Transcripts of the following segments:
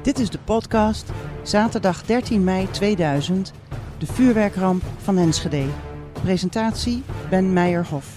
Dit is de podcast, zaterdag 13 mei 2000, de vuurwerkramp van Enschede. Presentatie Ben Meijerhof.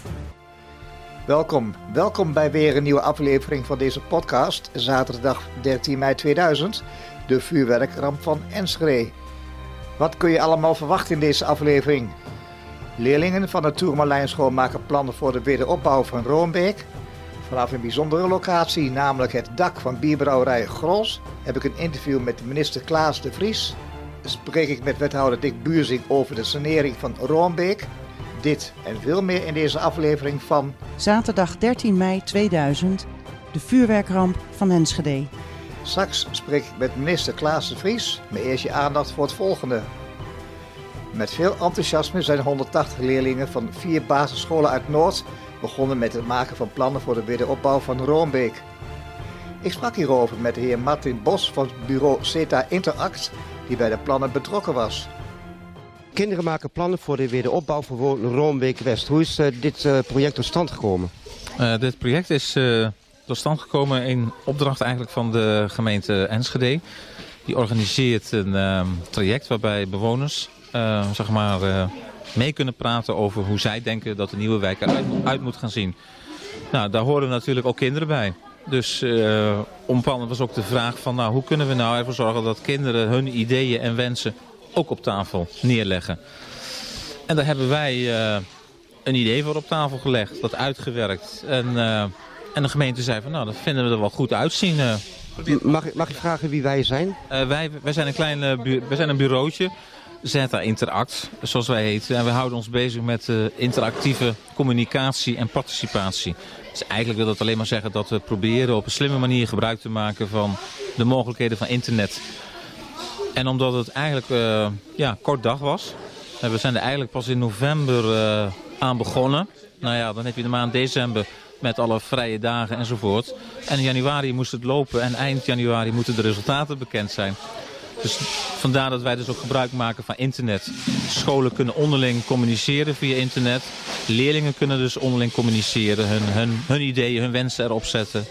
Welkom bij weer een nieuwe aflevering van deze podcast, zaterdag 13 mei 2000, de vuurwerkramp van Enschede. Wat kun je allemaal verwachten in deze aflevering? Leerlingen van de Toermalijnschool maken plannen voor de wederopbouw van Roombeek. Vanaf een bijzondere locatie, namelijk het dak van bierbrouwerij Grols, heb ik een interview met minister Klaas de Vries. Spreek ik met wethouder Dick Buursing over de sanering van Roombeek. Dit en veel meer in deze aflevering van Zaterdag 13 mei 2000, de vuurwerkramp van Enschede. Straks spreek ik met minister Klaas de Vries, maar eerst je aandacht voor het volgende. Met veel enthousiasme zijn 180 leerlingen van 4 basisscholen uit Noord begonnen met het maken van plannen voor de wederopbouw van Roombeek. Ik sprak hierover met de heer Martin Bos van het bureau CETA Interact, die bij de plannen betrokken was. Kinderen maken plannen voor de wederopbouw van Roombeek West. Hoe is dit project tot stand gekomen? Dit project is tot stand gekomen in opdracht eigenlijk van de gemeente Enschede. Die organiseert een traject waarbij bewoners mee kunnen praten over hoe zij denken dat de nieuwe wijk eruit moet gaan zien. Nou, daar horen natuurlijk ook kinderen bij. Dus omvallend was ook de vraag van hoe kunnen we nou ervoor zorgen dat kinderen hun ideeën en wensen ook op tafel neerleggen. En daar hebben wij een idee voor op tafel gelegd, dat uitgewerkt. En de gemeente zei van dat vinden we er wel goed uitzien. Mag ik vragen wie wij zijn? Wij zijn een bureautje. CETA Interact, zoals wij heten. En we houden ons bezig met interactieve communicatie en participatie. Dus eigenlijk wil dat alleen maar zeggen dat we proberen op een slimme manier gebruik te maken van de mogelijkheden van internet. En omdat het eigenlijk kort dag was. We zijn er eigenlijk pas in november aan begonnen. Nou ja, dan heb je de maand december met alle vrije dagen enzovoort. En in januari moest het lopen en eind januari moeten de resultaten bekend zijn. Dus vandaar dat wij dus ook gebruik maken van internet. Scholen kunnen onderling communiceren via internet. Leerlingen kunnen dus onderling communiceren, hun ideeën, hun wensen erop zetten.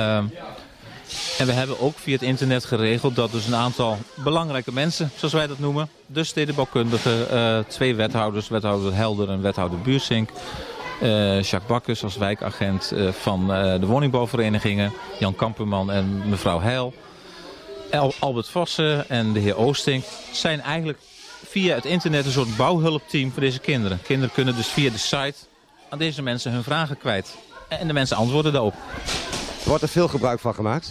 En we hebben ook via het internet geregeld dat dus een aantal belangrijke mensen, zoals wij dat noemen, de stedenbouwkundige, 2 wethouders, wethouder Helder en wethouder Buursink, Jacques Bakkes als wijkagent van de woningbouwverenigingen, Jan Kamperman en mevrouw Heil, Albert Vossen en de heer Oosting zijn eigenlijk via het internet een soort bouwhulpteam voor deze kinderen. Kinderen kunnen dus via de site aan deze mensen hun vragen kwijt. En de mensen antwoorden daarop. Wordt er veel gebruik van gemaakt?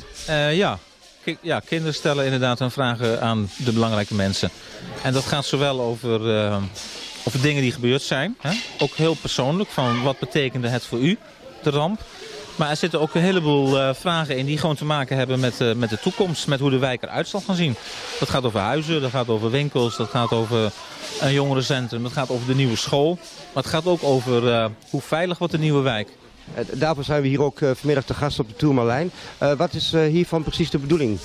Ja, kinderen stellen inderdaad hun vragen aan de belangrijke mensen. En dat gaat zowel over dingen die gebeurd zijn. Hè? Ook heel persoonlijk, van wat betekende het voor u, de ramp. Maar er zitten ook een heleboel vragen in die gewoon te maken hebben met de toekomst. Met hoe de wijk eruit zal gaan zien. Dat gaat over huizen, dat gaat over winkels, dat gaat over een jongerencentrum. Dat gaat over de nieuwe school. Maar het gaat ook over hoe veilig wordt de nieuwe wijk. Daarvoor zijn we hier ook vanmiddag te gast op de Tourmalijn. Wat is hiervan precies de bedoeling?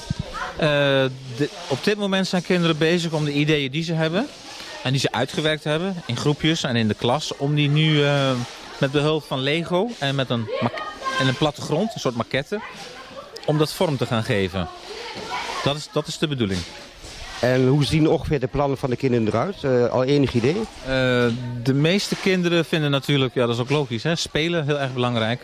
Op dit moment zijn kinderen bezig om de ideeën die ze hebben en die ze uitgewerkt hebben in groepjes en in de klas, om die nu met behulp van Lego en met een plattegrond, een soort maquette, om dat vorm te gaan geven. Dat is de bedoeling. En hoe zien ongeveer de plannen van de kinderen eruit? Al enig idee? De meeste kinderen vinden natuurlijk, dat is ook logisch, spelen heel erg belangrijk.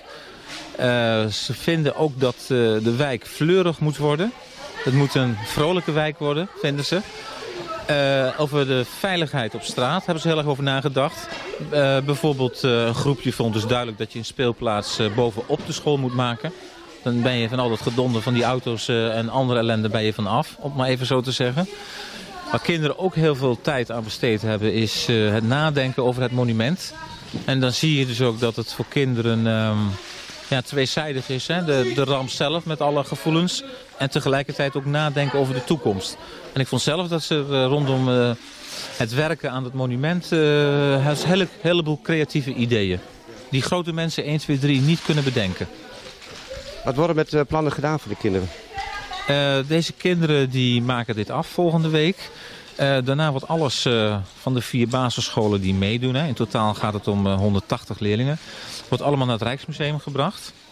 Ze vinden ook dat de wijk fleurig moet worden. Het moet een vrolijke wijk worden, vinden ze. Over de veiligheid op straat hebben ze heel erg over nagedacht. Bijvoorbeeld een groepje vond dus duidelijk dat je een speelplaats bovenop de school moet maken. Dan ben je van al dat gedonder van die auto's en andere ellende ben je van af, om maar even zo te zeggen. Waar kinderen ook heel veel tijd aan besteed hebben is het nadenken over het monument. En dan zie je dus ook dat het voor kinderen tweezijdig is. Hè? De ramp zelf met alle gevoelens en tegelijkertijd ook nadenken over de toekomst. En ik vond zelf dat ze rondom het werken aan het monument een heleboel creatieve ideeën. Die grote mensen 1, 2, 3 niet kunnen bedenken. Wat worden met plannen gedaan voor de kinderen? Deze kinderen die maken dit af volgende week. Daarna wordt alles van de 4 basisscholen die meedoen. In totaal gaat het om 180 leerlingen. Wordt allemaal naar het Rijksmuseum gebracht.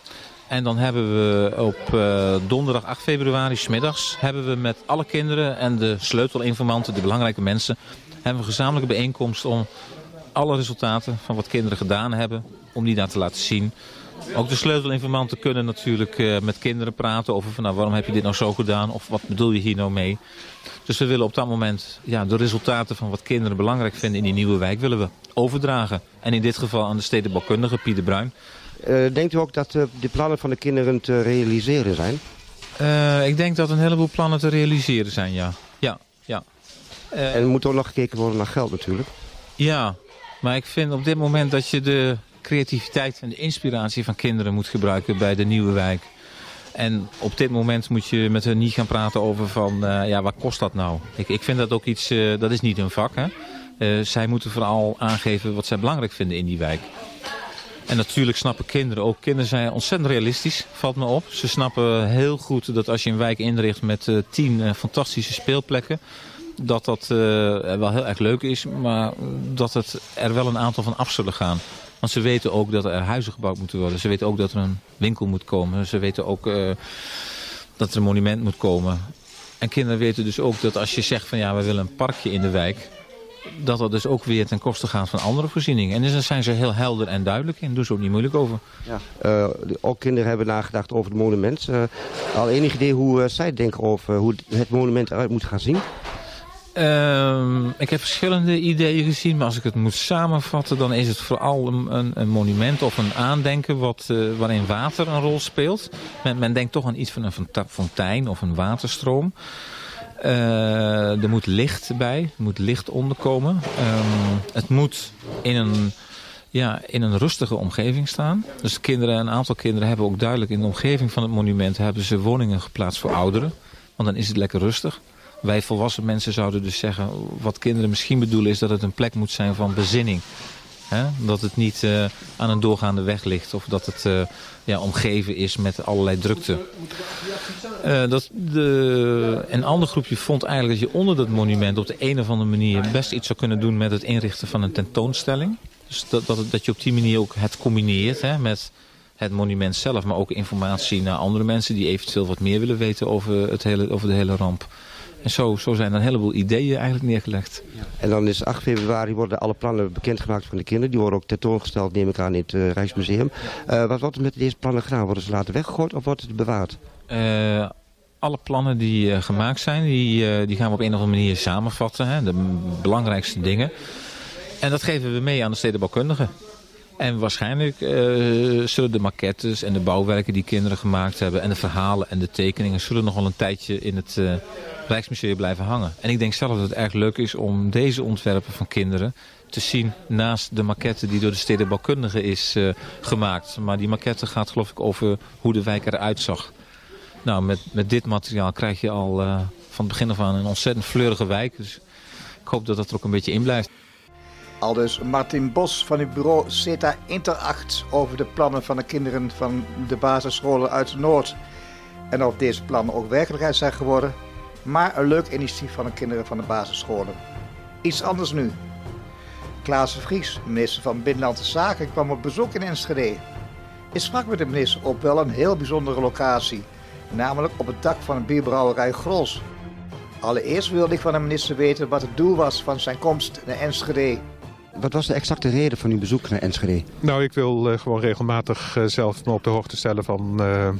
En dan hebben we op donderdag 8 februari 's middags hebben we met alle kinderen en de sleutelinformanten, de belangrijke mensen, hebben we een gezamenlijke bijeenkomst om alle resultaten van wat kinderen gedaan hebben, om die daar te laten zien. Ook de sleutelinformanten kunnen natuurlijk met kinderen praten over van, nou, waarom heb je dit nou zo gedaan of wat bedoel je hier nou mee. Dus we willen op dat moment de resultaten van wat kinderen belangrijk vinden in die nieuwe wijk willen we overdragen. En in dit geval aan de stedenbouwkundige Piet de Bruin. Denkt u ook dat de plannen van de kinderen te realiseren zijn? Ik denk dat een heleboel plannen te realiseren zijn, ja. En er moet ook nog gekeken worden naar geld natuurlijk. Ja, maar ik vind op dit moment dat je de creativiteit en de inspiratie van kinderen moet gebruiken bij de nieuwe wijk. En op dit moment moet je met hen niet gaan praten over van, wat kost dat nou? Ik vind dat ook iets, dat is niet hun vak, hè. Zij moeten vooral aangeven wat zij belangrijk vinden in die wijk. En natuurlijk snappen kinderen ook. Kinderen zijn ontzettend realistisch, valt me op. Ze snappen heel goed dat als je een wijk inricht met 10 fantastische speelplekken, dat wel heel erg leuk is, maar dat het er wel een aantal van af zullen gaan. Want ze weten ook dat er huizen gebouwd moeten worden. Ze weten ook dat er een winkel moet komen. Ze weten ook dat er een monument moet komen. En kinderen weten dus ook dat als je zegt van we willen een parkje in de wijk, dat dus ook weer ten koste gaat van andere voorzieningen. En dus daar zijn ze heel helder en duidelijk in. Daar doen ze ook niet moeilijk over. Ja, ook kinderen hebben nagedacht over het monument. Al enig idee hoe zij denken over hoe het monument eruit moet gaan zien? Ik heb verschillende ideeën gezien, maar als ik het moet samenvatten, dan is het vooral een monument of een aandenken waarin water een rol speelt. Men denkt toch aan iets van een fontein of een waterstroom. Er moet licht bij, er moet licht onderkomen. Het moet in een rustige omgeving staan. Dus een aantal kinderen hebben ook duidelijk in de omgeving van het monument hebben ze woningen geplaatst voor ouderen. Want dan is het lekker rustig. Wij volwassen mensen zouden dus zeggen, wat kinderen misschien bedoelen is dat het een plek moet zijn van bezinning. Dat het niet aan een doorgaande weg ligt of dat het omgeven is met allerlei drukte. Een ander groepje vond eigenlijk dat je onder dat monument op de een of andere manier best iets zou kunnen doen met het inrichten van een tentoonstelling. Dus dat je op die manier ook het combineert met het monument zelf, maar ook informatie naar andere mensen die eventueel wat meer willen weten over de hele ramp. En zo zijn er een heleboel ideeën eigenlijk neergelegd. Ja. En dan is 8 februari worden alle plannen bekendgemaakt van de kinderen. Die worden ook tentoongesteld, neem ik aan, in het Rijksmuseum. Wat wordt er met deze plannen gedaan? Worden ze later weggegooid of wordt het bewaard? Alle plannen die gemaakt zijn, die gaan we op een of andere manier samenvatten. De belangrijkste dingen. En dat geven we mee aan de stedenbouwkundigen. En waarschijnlijk zullen de maquettes en de bouwwerken die kinderen gemaakt hebben en de verhalen en de tekeningen zullen nog wel een tijdje in het Rijksmuseum blijven hangen. En ik denk zelf dat het erg leuk is om deze ontwerpen van kinderen te zien naast de maquette die door de stedenbouwkundige is gemaakt. Maar die maquette gaat geloof ik over hoe de wijk eruit zag. Nou, met dit materiaal krijg je al van het begin af aan een ontzettend fleurige wijk. Dus ik hoop dat dat er ook een beetje in blijft. Aldus Martin Bos van het bureau CETA Interact over de plannen van de kinderen van de basisscholen uit Noord. En of deze plannen ook werkelijkheid zijn geworden, maar een leuk initiatief van de kinderen van de basisscholen. Iets anders nu. Klaas de Vries, minister van Binnenlandse Zaken, kwam op bezoek in Enschede. Ik sprak met de minister op wel een heel bijzondere locatie, namelijk op het dak van een bierbrouwerij Grols. Allereerst wilde ik van de minister weten wat het doel was van zijn komst naar Enschede. Wat was de exacte reden van uw bezoek naar Enschede? Nou, ik wil gewoon regelmatig zelf me op de hoogte stellen van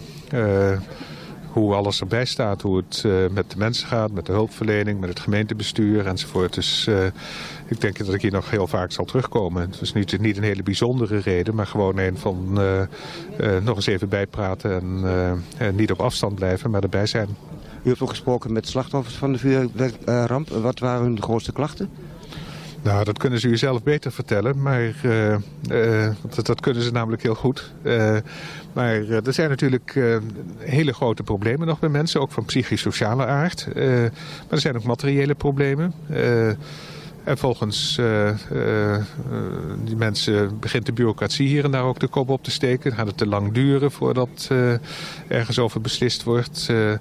hoe alles erbij staat. Hoe het met de mensen gaat, met de hulpverlening, met het gemeentebestuur enzovoort. Dus ik denk dat ik hier nog heel vaak zal terugkomen. Het was niet een hele bijzondere reden, maar gewoon een van nog eens even bijpraten en niet op afstand blijven, maar erbij zijn. U heeft ook gesproken met slachtoffers van de vuurwerkramp. Wat waren hun grootste klachten? Nou, dat kunnen ze u zelf beter vertellen, maar dat kunnen ze namelijk heel goed. Maar er zijn natuurlijk hele grote problemen nog bij mensen, ook van psychisch-sociale aard. Maar er zijn ook materiële problemen. En volgens die mensen begint de bureaucratie hier en daar ook de kop op te steken. Dan gaat het te lang duren voordat ergens over beslist wordt.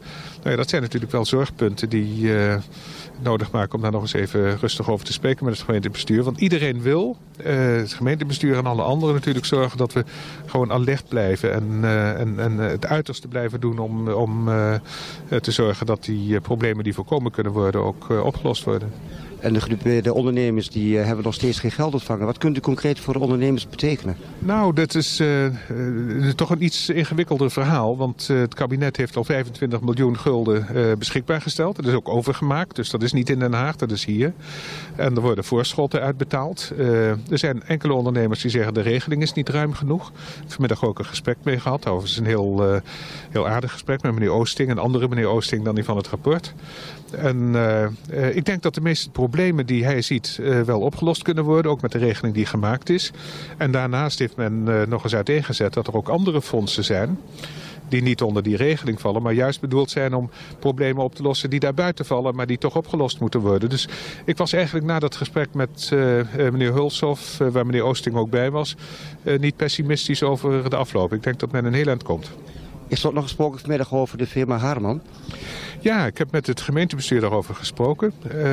Nou ja, dat zijn natuurlijk wel zorgpunten die nodig maken om daar nog eens even rustig over te spreken met het gemeentebestuur. Want iedereen wil, het gemeentebestuur en alle anderen natuurlijk, zorgen dat we gewoon alert blijven en het uiterste blijven doen om te zorgen dat die problemen die voorkomen kunnen worden ook opgelost worden. En de ondernemers die hebben nog steeds geen geld ontvangen. Wat kunt u concreet voor de ondernemers betekenen? Nou, dat is toch een iets ingewikkelder verhaal. Want het kabinet heeft al 25 miljoen gulden beschikbaar gesteld. Dat is ook overgemaakt, dus dat is niet in Den Haag, dat is hier. En er worden voorschotten uitbetaald. Er zijn enkele ondernemers die zeggen de regeling is niet ruim genoeg. Ik heb vanmiddag ook een gesprek mee gehad. Overigens een heel aardig gesprek met meneer Oosting. Een andere meneer Oosting dan die van het rapport. En ik denk dat de meeste problemen die hij ziet wel opgelost kunnen worden. Ook met de regeling die gemaakt is. En daarnaast heeft men nog eens uiteengezet dat er ook andere fondsen zijn. Die niet onder die regeling vallen. Maar juist bedoeld zijn om problemen op te lossen die daar buiten vallen. Maar die toch opgelost moeten worden. Dus ik was eigenlijk na dat gesprek met meneer Hulshoff. Waar meneer Oosting ook bij was. Niet pessimistisch over de afloop. Ik denk dat men een heel eind komt. Is er ook nog gesproken vanmiddag over de firma Harman? Ja, ik heb met het gemeentebestuur daarover gesproken.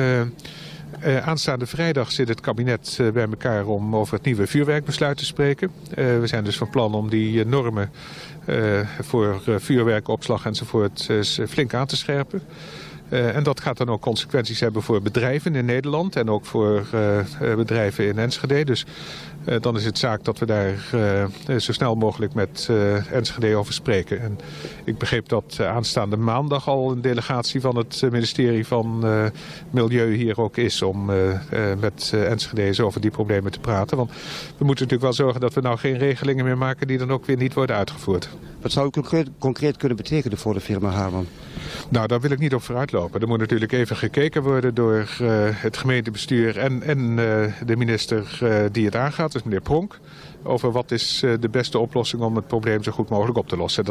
Aanstaande vrijdag zit het kabinet bij elkaar om over het nieuwe vuurwerkbesluit te spreken. We zijn dus van plan om die normen voor vuurwerkopslag enzovoort flink aan te scherpen. En dat gaat dan ook consequenties hebben voor bedrijven in Nederland en ook voor bedrijven in Enschede. Dus dan is het zaak dat we daar zo snel mogelijk met Enschede over spreken. En ik begreep dat aanstaande maandag al een delegatie van het ministerie van Milieu hier ook is om met Enschede over die problemen te praten. Want we moeten natuurlijk wel zorgen dat we nou geen regelingen meer maken die dan ook weer niet worden uitgevoerd. Wat zou u concreet kunnen betekenen voor de firma Harman? Nou, daar wil ik niet op vooruitlopen. Er moet natuurlijk even gekeken worden door het gemeentebestuur en de minister die het aangaat, dus meneer Pronk. Over wat is de beste oplossing om het probleem zo goed mogelijk op te lossen.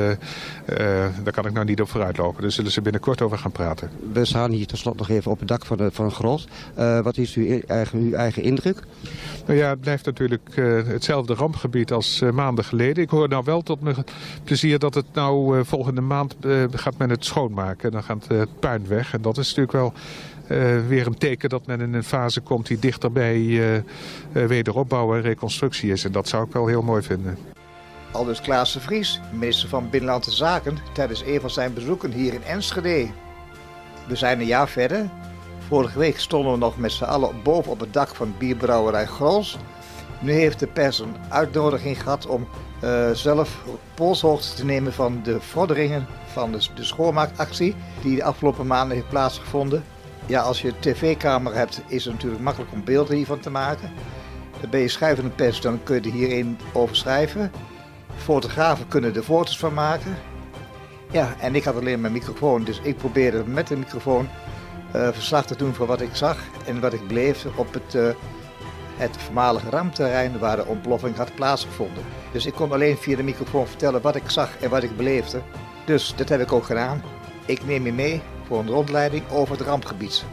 Daar kan ik nou niet op vooruitlopen. Daar zullen ze binnenkort over gaan praten. We staan hier tenslotte nog even op het dak van Gros. Wat is uw eigen indruk? Nou ja, het blijft natuurlijk hetzelfde rampgebied als maanden geleden. Ik hoor nou wel tot mijn plezier dat het nou volgende maand gaat men het schoonmaken. Dan gaat het puin weg. En dat is natuurlijk wel weer een teken dat men in een fase komt die dichter bij wederopbouw en reconstructie is. En dat zou ik wel heel mooi vinden. Aldus Klaas de Vries, minister van Binnenlandse Zaken, tijdens een van zijn bezoeken hier in Enschede. We zijn een jaar verder. Vorige week stonden we nog met z'n allen boven op het dak van bierbrouwerij Gros. Nu heeft de pers een uitnodiging gehad om zelf polshoogte te nemen van de vorderingen van de schoonmaakactie die de afgelopen maanden heeft plaatsgevonden. Ja, als je een tv-camera hebt, is het natuurlijk makkelijk om beelden hiervan te maken. Dan ben je schrijvende pers, dan kun je er hierin over schrijven. Fotografen kunnen er foto's van maken. Ja, en ik had alleen mijn microfoon, dus ik probeerde met de microfoon verslag te doen van wat ik zag en wat ik beleefde op het voormalige rampterrein waar de ontploffing had plaatsgevonden. Dus ik kon alleen via de microfoon vertellen wat ik zag en wat ik beleefde. Dus dat heb ik ook gedaan. Ik neem je mee voor een rondleiding over het rampgebied.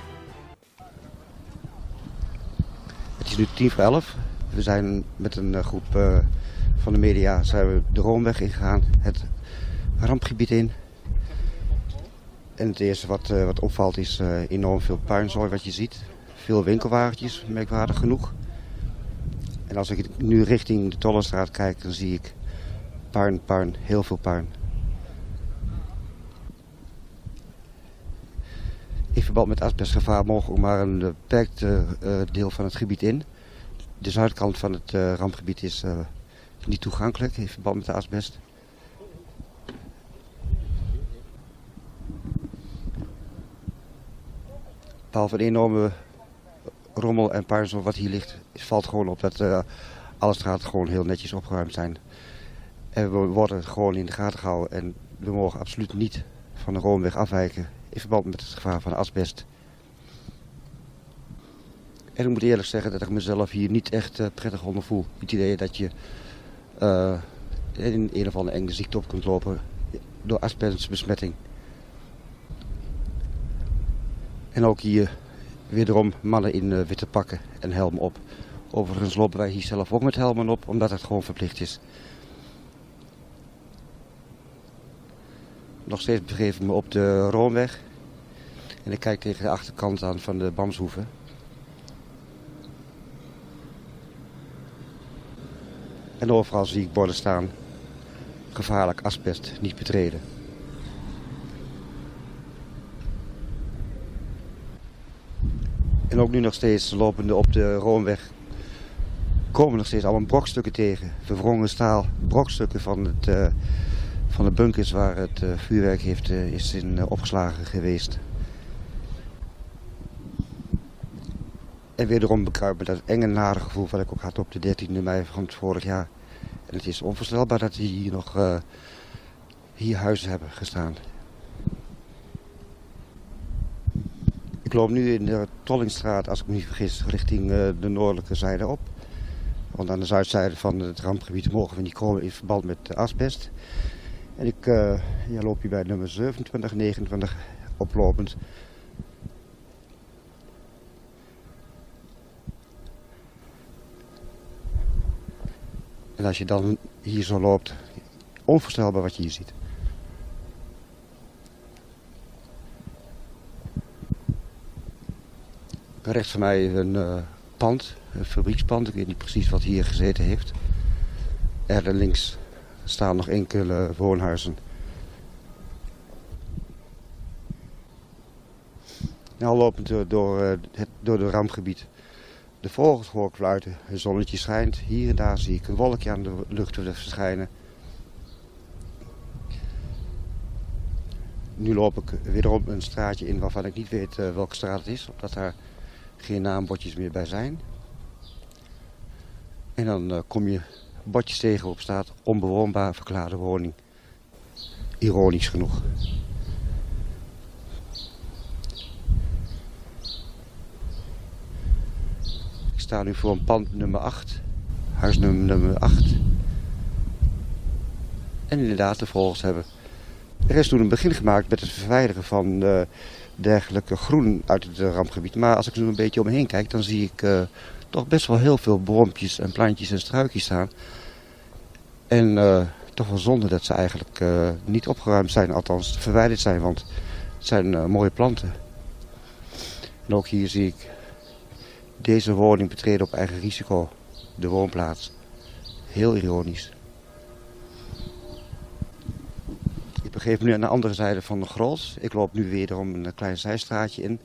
Het is nu 10:11. We zijn met een groep van de media de Roomweg ingegaan, het rampgebied in. En het eerste wat opvalt is enorm veel puinzooi wat je ziet. Veel winkelwagentjes, merkwaardig genoeg. En als ik nu richting de Tollenstraat kijk, dan zie ik puin, heel veel puin. In verband met asbestgevaar mogen we maar een beperkt deel van het gebied in. De zuidkant van het rampgebied is niet toegankelijk in verband met de asbest. Behalve een enorme rommel en puinzooi wat hier ligt, valt gewoon op dat alle straten gewoon heel netjes opgeruimd zijn. En we worden gewoon in de gaten gehouden en we mogen absoluut niet van de Roomweg afwijken in verband met het gevaar van asbest. En ik moet eerlijk zeggen dat ik mezelf hier niet echt prettig onder voel. Het idee dat je in een of andere enge ziekte op kunt lopen door asbestbesmetting. En ook hier wederom mannen in witte pakken en helmen op. Overigens lopen wij hier zelf ook met helmen op, omdat het gewoon verplicht is. Nog steeds begeef ik me op de Roomweg. En ik kijk tegen de achterkant aan van de Bamshoeve. En overal zie ik borden staan. Gevaarlijk asbest, niet betreden. En ook nu nog steeds lopende op de Roomweg komen nog steeds allemaal brokstukken tegen. Verwrongen staal, brokstukken van de bunkers waar het vuurwerk is in opgeslagen geweest. En wederom bekruipen dat enge nare gevoel wat ik ook had op de 13e mei van het vorig jaar. En het is onvoorstelbaar dat hier nog hier huizen hebben gestaan. Ik loop nu in de Tollingstraat, als ik me niet vergis, richting de noordelijke zijde op. Want aan de zuidzijde van het rampgebied mogen we niet komen in verband met asbest. En ik loop hier bij nummer 27, 29 oplopend. En als je dan hier zo loopt, onvoorstelbaar wat je hier ziet. Rechts van mij een pand, een fabriekspand. Ik weet niet precies wat hier gezeten heeft. Er links staan nog enkele woonhuizen. Nou lopend door het rampgebied. De vogels hoor ik fluiten, het zonnetje schijnt. Hier en daar zie ik een wolkje aan de lucht verschijnen. Nu loop ik wederom een straatje in waarvan ik niet weet welke straat het is. Omdat daar geen naambordjes meer bij zijn. En dan kom je bordjes tegen waarop staat onbewoonbaar verklaarde woning. Ironisch genoeg. Ik sta nu voor een pand nummer 8. Huisnummer 8. En inderdaad, de vogels hebben. Er is toen een begin gemaakt met het verwijderen van dergelijke groen uit het rampgebied. Maar als ik nu een beetje om me heen kijk, dan zie ik toch best wel heel veel boompjes en plantjes en struikjes staan. En toch wel zonde dat ze eigenlijk niet opgeruimd zijn, althans verwijderd zijn, want het zijn mooie planten. En ook hier zie ik deze woning betreden op eigen risico, de woonplaats. Heel ironisch. Ik begeef me nu aan de andere zijde van de Grols. Ik loop nu wederom een klein zijstraatje in.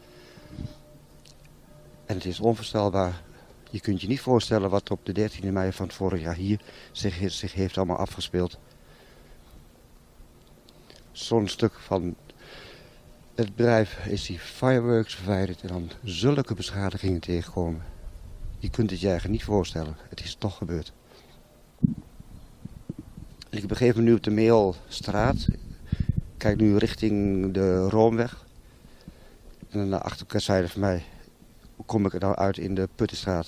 En het is onvoorstelbaar. Je kunt je niet voorstellen wat op de 13e mei van het vorig jaar hier zich heeft allemaal afgespeeld. Zo'n stuk van het bedrijf is die fireworks verwijderd en dan zulke beschadigingen tegenkomen. Je kunt het je eigenlijk niet voorstellen. Het is toch gebeurd. Ik begeef me nu op de Meelstraat. Ik kijk nu richting de Roomweg. En aan de achterzijde van mij kom ik er dan uit in de Puttenstraat.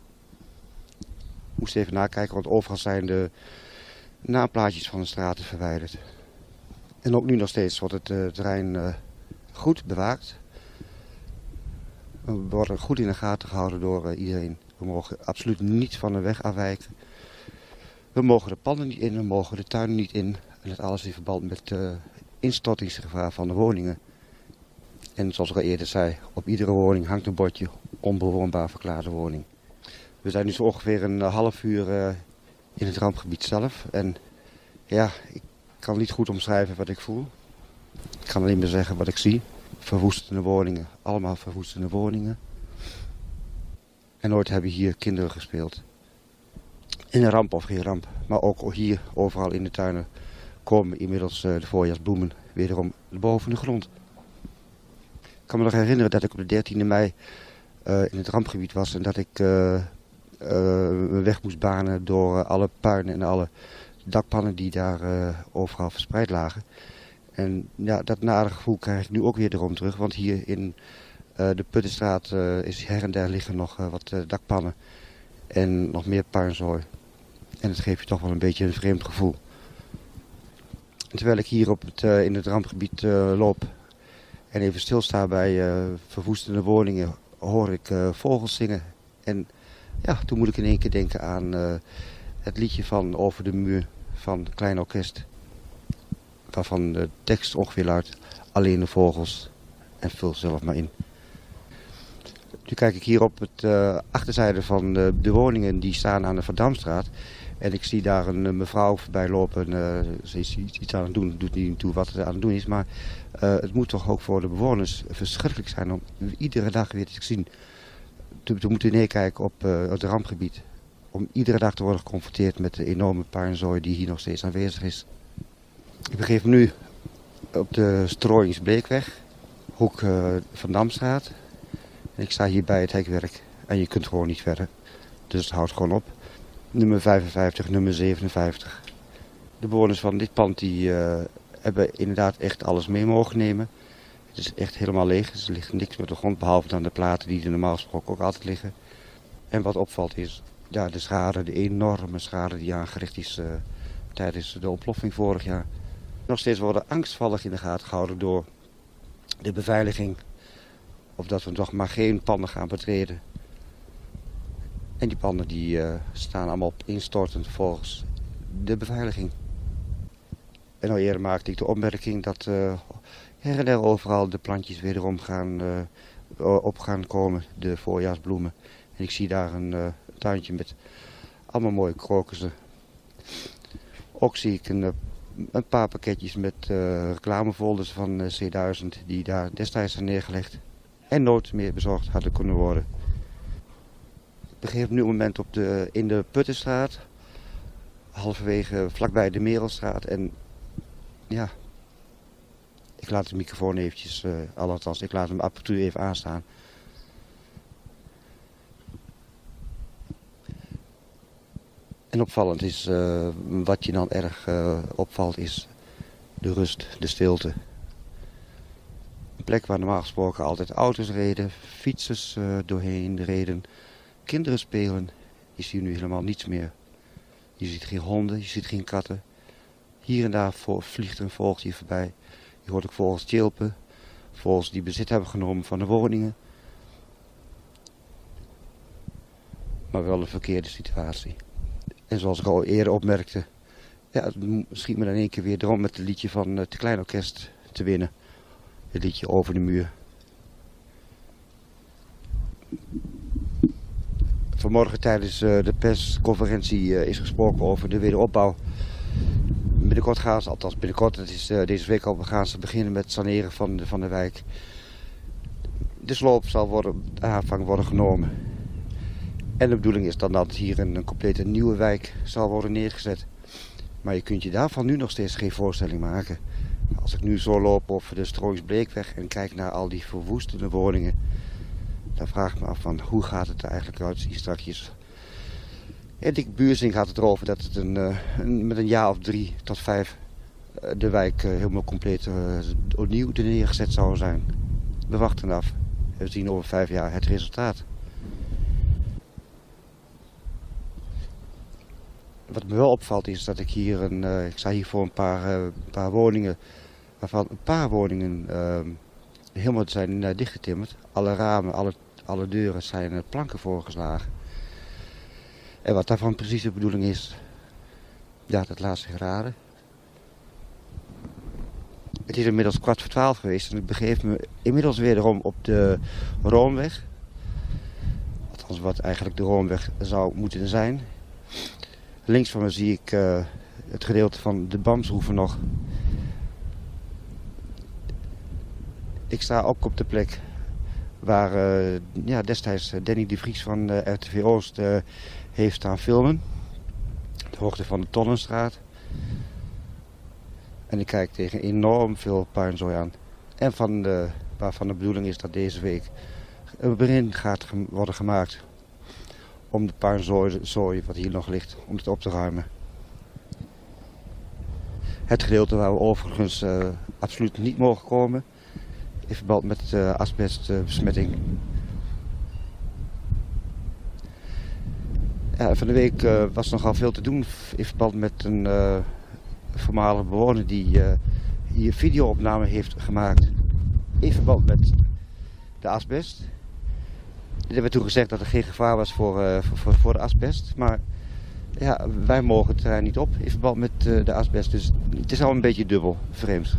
Ik moest even nakijken, want overal zijn de naamplaatjes van de straten verwijderd. En ook nu nog steeds wordt het terrein goed bewaakt. We worden goed in de gaten gehouden door iedereen. We mogen absoluut niet van de weg afwijken. We mogen de panden niet in, we mogen de tuinen niet in. En dat alles in verband met instortingsgevaar van de woningen. En zoals ik al eerder zei, op iedere woning hangt een bordje onbewoonbaar verklaarde woning. We zijn nu zo ongeveer een half uur in het rampgebied zelf. En ja, ik kan niet goed omschrijven wat ik voel. Ik kan alleen maar zeggen wat ik zie. Verwoestende woningen, allemaal verwoestende woningen. En nooit hebben hier kinderen gespeeld. In een ramp of geen ramp. Maar ook hier, overal in de tuinen, komen inmiddels de voorjaarsbloemen wederom boven de grond. Ik kan me nog herinneren dat ik op de 13e mei in het rampgebied was en dat ik mijn weg moest banen door alle puinen en alle dakpannen die daar overal verspreid lagen. En ja, dat nare gevoel krijg ik nu ook weer erom terug, want hier in de Puttenstraat is her en der liggen nog wat dakpannen en nog meer puinzooi. En dat geeft je toch wel een beetje een vreemd gevoel. En terwijl ik hier in het rampgebied loop en even stilsta bij verwoestende woningen, hoor ik vogels zingen. En ja, toen moet ik in één keer denken aan het liedje van Over de Muur van Klein Orkest. waarvan de tekst ongeveer luidt: alleen de vogels en vul zelf maar in. Nu kijk ik hier op het achterzijde van de woningen die staan aan de Van Damstraat. En ik zie daar een mevrouw voorbij lopen. Ze is iets aan het doen, doet niet toe wat er aan het doen is. Maar het moet toch ook voor de bewoners verschrikkelijk zijn om iedere dag weer te zien. Te moeten neerkijken op het rampgebied. Om iedere dag te worden geconfronteerd met de enorme puinzooi die hier nog steeds aanwezig is. Ik begeef me nu op de Strooiingsbleekweg, hoek Van Damstraat. En ik sta hier bij het hekwerk en je kunt gewoon niet verder. Dus het houdt gewoon op. Nummer 55, nummer 57. De bewoners van dit pand die hebben inderdaad echt alles mee mogen nemen. Het is echt helemaal leeg. Er ligt niks met de grond behalve dan de platen die er normaal gesproken ook altijd liggen. En wat opvalt is ja, de schade, de enorme schade die aangericht is tijdens de ontploffing vorig jaar. Nog steeds worden angstvallig in de gaten gehouden door de beveiliging. Of dat we nog maar geen panden gaan betreden. En die panden die staan allemaal op instortend volgens de beveiliging. En al eerder maakte ik de opmerking dat her en der overal de plantjes wederom op gaan komen, de voorjaarsbloemen. En ik zie daar een tuintje met allemaal mooie krokussen. Ook zie ik een paar pakketjes met reclamefolders van C1000 die daar destijds zijn neergelegd. En nooit meer bezorgd hadden kunnen worden. Ik begeef me nu op het moment in de Puttenstraat. Halverwege vlakbij de Merelstraat. En ja, ik laat de microfoon eventjes, althans ik laat hem af en toe even aanstaan. En opvallend is, wat je dan erg opvalt, is de rust, de stilte. Een plek waar normaal gesproken altijd auto's reden, fietsers doorheen reden, kinderen spelen. Je ziet nu helemaal niets meer. Je ziet geen honden, je ziet geen katten. Hier en daar vliegt een vogeltje voorbij. Je hoort ook vogels tjilpen, vogels die bezit hebben genomen van de woningen. Maar wel een verkeerde situatie. En zoals ik al eerder opmerkte, ja, het schiet me dan in één keer weer erom met het liedje van het Klein Orkest te winnen. Het liedje Over de Muur. Vanmorgen tijdens de persconferentie is gesproken over de wederopbouw. Binnenkort gaan ze, althans binnenkort, het is deze week al, gaan ze beginnen met het saneren van de wijk. De sloop zal aanvang worden genomen. En de bedoeling is dan dat hier een complete nieuwe wijk zal worden neergezet. Maar je kunt je daarvan nu nog steeds geen voorstelling maken. Als ik nu zo loop over de Strooiingsbleekweg en kijk naar al die verwoestende woningen, dan vraag ik me af van hoe gaat het er eigenlijk uitzien straks. En Dick Buursing had het erover dat het met een jaar of 3 tot 5 de wijk helemaal compleet opnieuw neergezet zou zijn. We wachten af. We zien over 5 jaar het resultaat. Wat me wel opvalt is dat ik hier ik sta hier voor een paar woningen, waarvan een paar woningen helemaal zijn dichtgetimmerd. Alle ramen, alle deuren zijn planken voorgeslagen. En wat daarvan precies de bedoeling is, ja, dat laat zich raden. Het is inmiddels 11:15 geweest en ik begeef me inmiddels wederom op de Roomweg. Althans wat eigenlijk de Roomweg zou moeten zijn. Links van me zie ik het gedeelte van de Bamshoeve nog. Ik sta ook op de plek waar destijds Danny de Vries van RTV Oost heeft staan filmen. De hoogte van de Tonnenstraat. En ik kijk tegen enorm veel puinzooi aan. En waarvan de bedoeling is dat deze week een begin gaat worden gemaakt om de puinzooi wat hier nog ligt, om het op te ruimen. Het gedeelte waar we overigens absoluut niet mogen komen, in verband met asbestbesmetting. Ja, van de week was nogal veel te doen in verband met een voormalige bewoner die hier videoopname heeft gemaakt in verband met de asbest. Er werd toen gezegd dat er geen gevaar was voor de asbest, maar Ja, wij mogen het terrein niet op in verband met de asbest. Dus het is al een beetje dubbel, vreemd.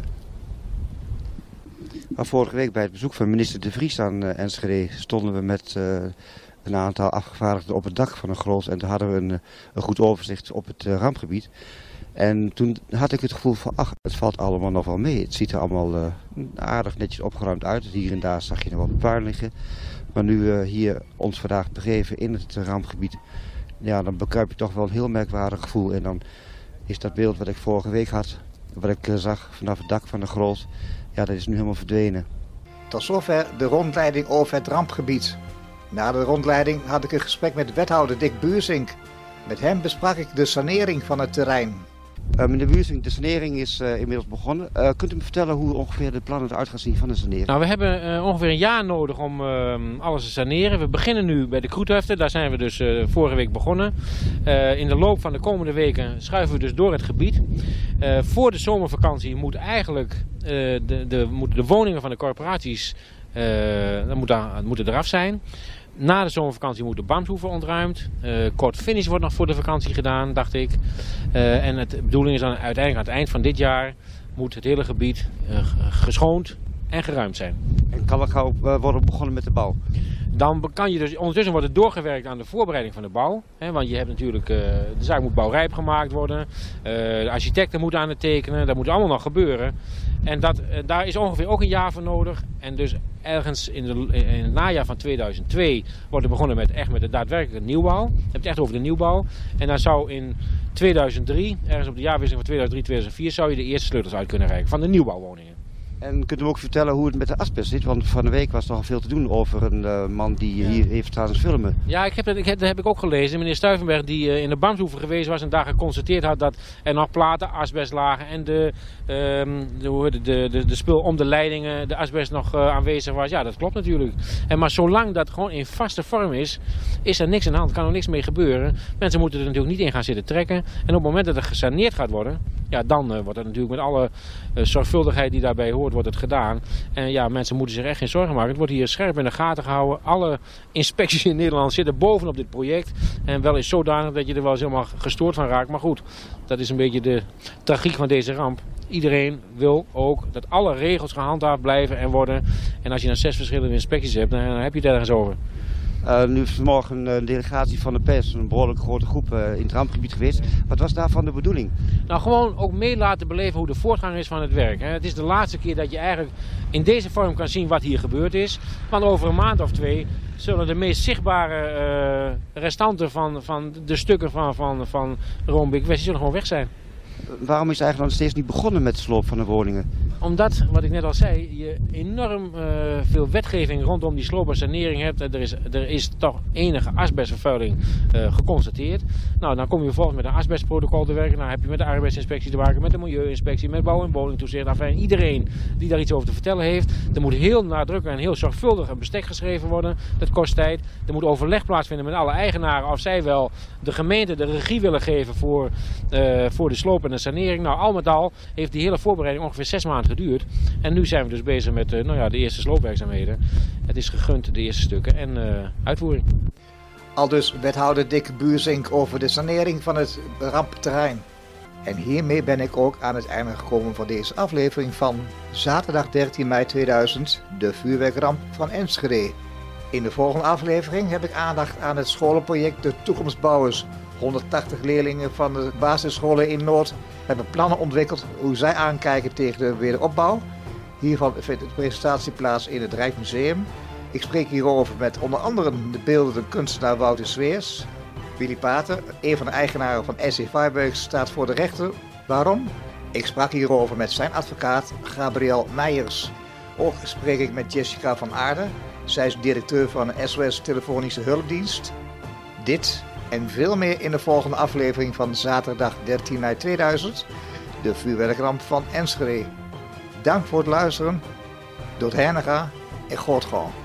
Maar vorige week bij het bezoek van minister De Vries aan Enschede stonden we met een aantal afgevaardigden op het dak van een gros. En toen hadden we een goed overzicht op het rampgebied. En toen had ik het gevoel van, het valt allemaal nog wel mee. Het ziet er allemaal aardig netjes opgeruimd uit. Hier en daar zag je nog wat puin liggen. Maar nu we hier ons vandaag begeven in het rampgebied, ja, dan bekruip je toch wel een heel merkwaardig gevoel. En dan is dat beeld wat ik vorige week had, wat ik zag vanaf het dak van de Grols, ja, dat is nu helemaal verdwenen. Tot zover de rondleiding over het rampgebied. Na de rondleiding had ik een gesprek met wethouder Dick Buursink. Met hem besprak ik de sanering van het terrein. Meneer Buursink, de sanering is inmiddels begonnen. Kunt u me vertellen hoe ongeveer de plannen eruit gaan zien van de sanering? Nou, we hebben ongeveer een jaar nodig om alles te saneren. We beginnen nu bij de Kroethefte. Daar zijn we dus vorige week begonnen. In de loop van de komende weken schuiven we dus door het gebied. Voor de zomervakantie moet eigenlijk moeten de woningen van de corporaties moeten eraf zijn. Na de zomervakantie moet de Bamshoeve ontruimd. Kort finish wordt nog voor de vakantie gedaan, dacht ik. En de bedoeling is dan uiteindelijk aan het eind van dit jaar moet het hele gebied geschoond en geruimd zijn. En kan er gauw worden begonnen met de bouw? Dan kan je dus ondertussen worden doorgewerkt aan de voorbereiding van de bouw. Hè, want je hebt natuurlijk, de zaak moet bouwrijp gemaakt worden. De architecten moeten aan het tekenen. Dat moet allemaal nog gebeuren. En daar is ongeveer ook een jaar voor nodig. En dus ergens in het najaar van 2002 wordt er begonnen met de daadwerkelijke nieuwbouw. Je hebt het echt over de nieuwbouw. En dan zou in 2003, ergens op de jaarwisseling van 2003-2004, zou je de eerste sleutels uit kunnen reiken van de nieuwbouwwoningen. En kunt u ook vertellen hoe het met de asbest zit? Want van de week was er al veel te doen over een man die hier heeft staan filmen. Ja, dat heb ik ook gelezen. Meneer Stuyvenberg die in de Bamshoeve geweest was en daar geconstateerd had dat er nog platen asbest lagen en de spul om de leidingen, de asbest nog aanwezig was. Ja, dat klopt natuurlijk. Maar zolang dat gewoon in vaste vorm is er niks aan de hand. Kan er niks mee gebeuren. Mensen moeten er natuurlijk niet in gaan zitten trekken. En op het moment dat er gesaneerd gaat worden, ja, dan wordt het natuurlijk met alle zorgvuldigheid die daarbij hoort, wordt het gedaan. En ja, mensen moeten zich echt geen zorgen maken. Het wordt hier scherp in de gaten gehouden. Alle inspecties in Nederland zitten bovenop dit project. En wel is zodanig dat je er wel eens helemaal gestoord van raakt. Maar goed, dat is een beetje de tragiek van deze ramp. Iedereen wil ook dat alle regels gehandhaafd blijven en worden. En als je dan 6 verschillende inspecties hebt, dan heb je het ergens over. Nu is vanmorgen een delegatie van de pers, een behoorlijk grote groep in het rampgebied geweest. Wat was daarvan de bedoeling? Nou, gewoon ook mee laten beleven hoe de voortgang is van het werk. Het is de laatste keer dat je eigenlijk in deze vorm kan zien wat hier gebeurd is. Want over een maand of 2 zullen de meest zichtbare restanten van de stukken van Roombeek zullen gewoon weg zijn. Waarom is eigenlijk nog steeds niet begonnen met de sloop van de woningen? Omdat, wat ik net al zei, je enorm veel wetgeving rondom die sloop en sanering hebt. Er is toch enige asbestvervuiling geconstateerd. Nou, dan kom je vervolgens met een asbestprotocol te werken. Dan heb je met de arbeidsinspectie te maken, met de milieuinspectie, met bouw- en woningtoezicht. Enfin, iedereen die daar iets over te vertellen heeft. Er moet heel nadrukkelijk en heel zorgvuldig een bestek geschreven worden. Dat kost tijd. Er moet overleg plaatsvinden met alle eigenaren of zij wel de gemeente de regie willen geven voor de sloop en de sanering. Nou, al met al heeft die hele voorbereiding ongeveer 6 maanden geduurd. En nu zijn we dus bezig met de eerste sloopwerkzaamheden. Het is gegund, de eerste stukken en uitvoering. Aldus wethouder Dick Buursink over de sanering van het rampterrein. En hiermee ben ik ook aan het einde gekomen van deze aflevering van zaterdag 13 mei 2000, de vuurwerkramp van Enschede. In de volgende aflevering heb ik aandacht aan het scholenproject De Toekomstbouwers. 180 leerlingen van de basisscholen in Noord hebben plannen ontwikkeld hoe zij aankijken tegen de wederopbouw. Hiervan vindt de presentatie plaats in het Rijksmuseum. Ik spreek hierover met onder andere de beeldende kunstenaar Wouter Zweers. Willy Pater, een van de eigenaren van SC Fireworks, staat voor de rechter. Waarom? Ik sprak hierover met zijn advocaat Gabriel Meijers. Ook spreek ik met Jessica van Aarden. Zij is directeur van de SOS Telefonische Hulpdienst. Dit en veel meer in de volgende aflevering van zaterdag 13 mei 2000, de vuurwerkramp van Enschede. Dank voor het luisteren. Dood Hernega en Goortgouw.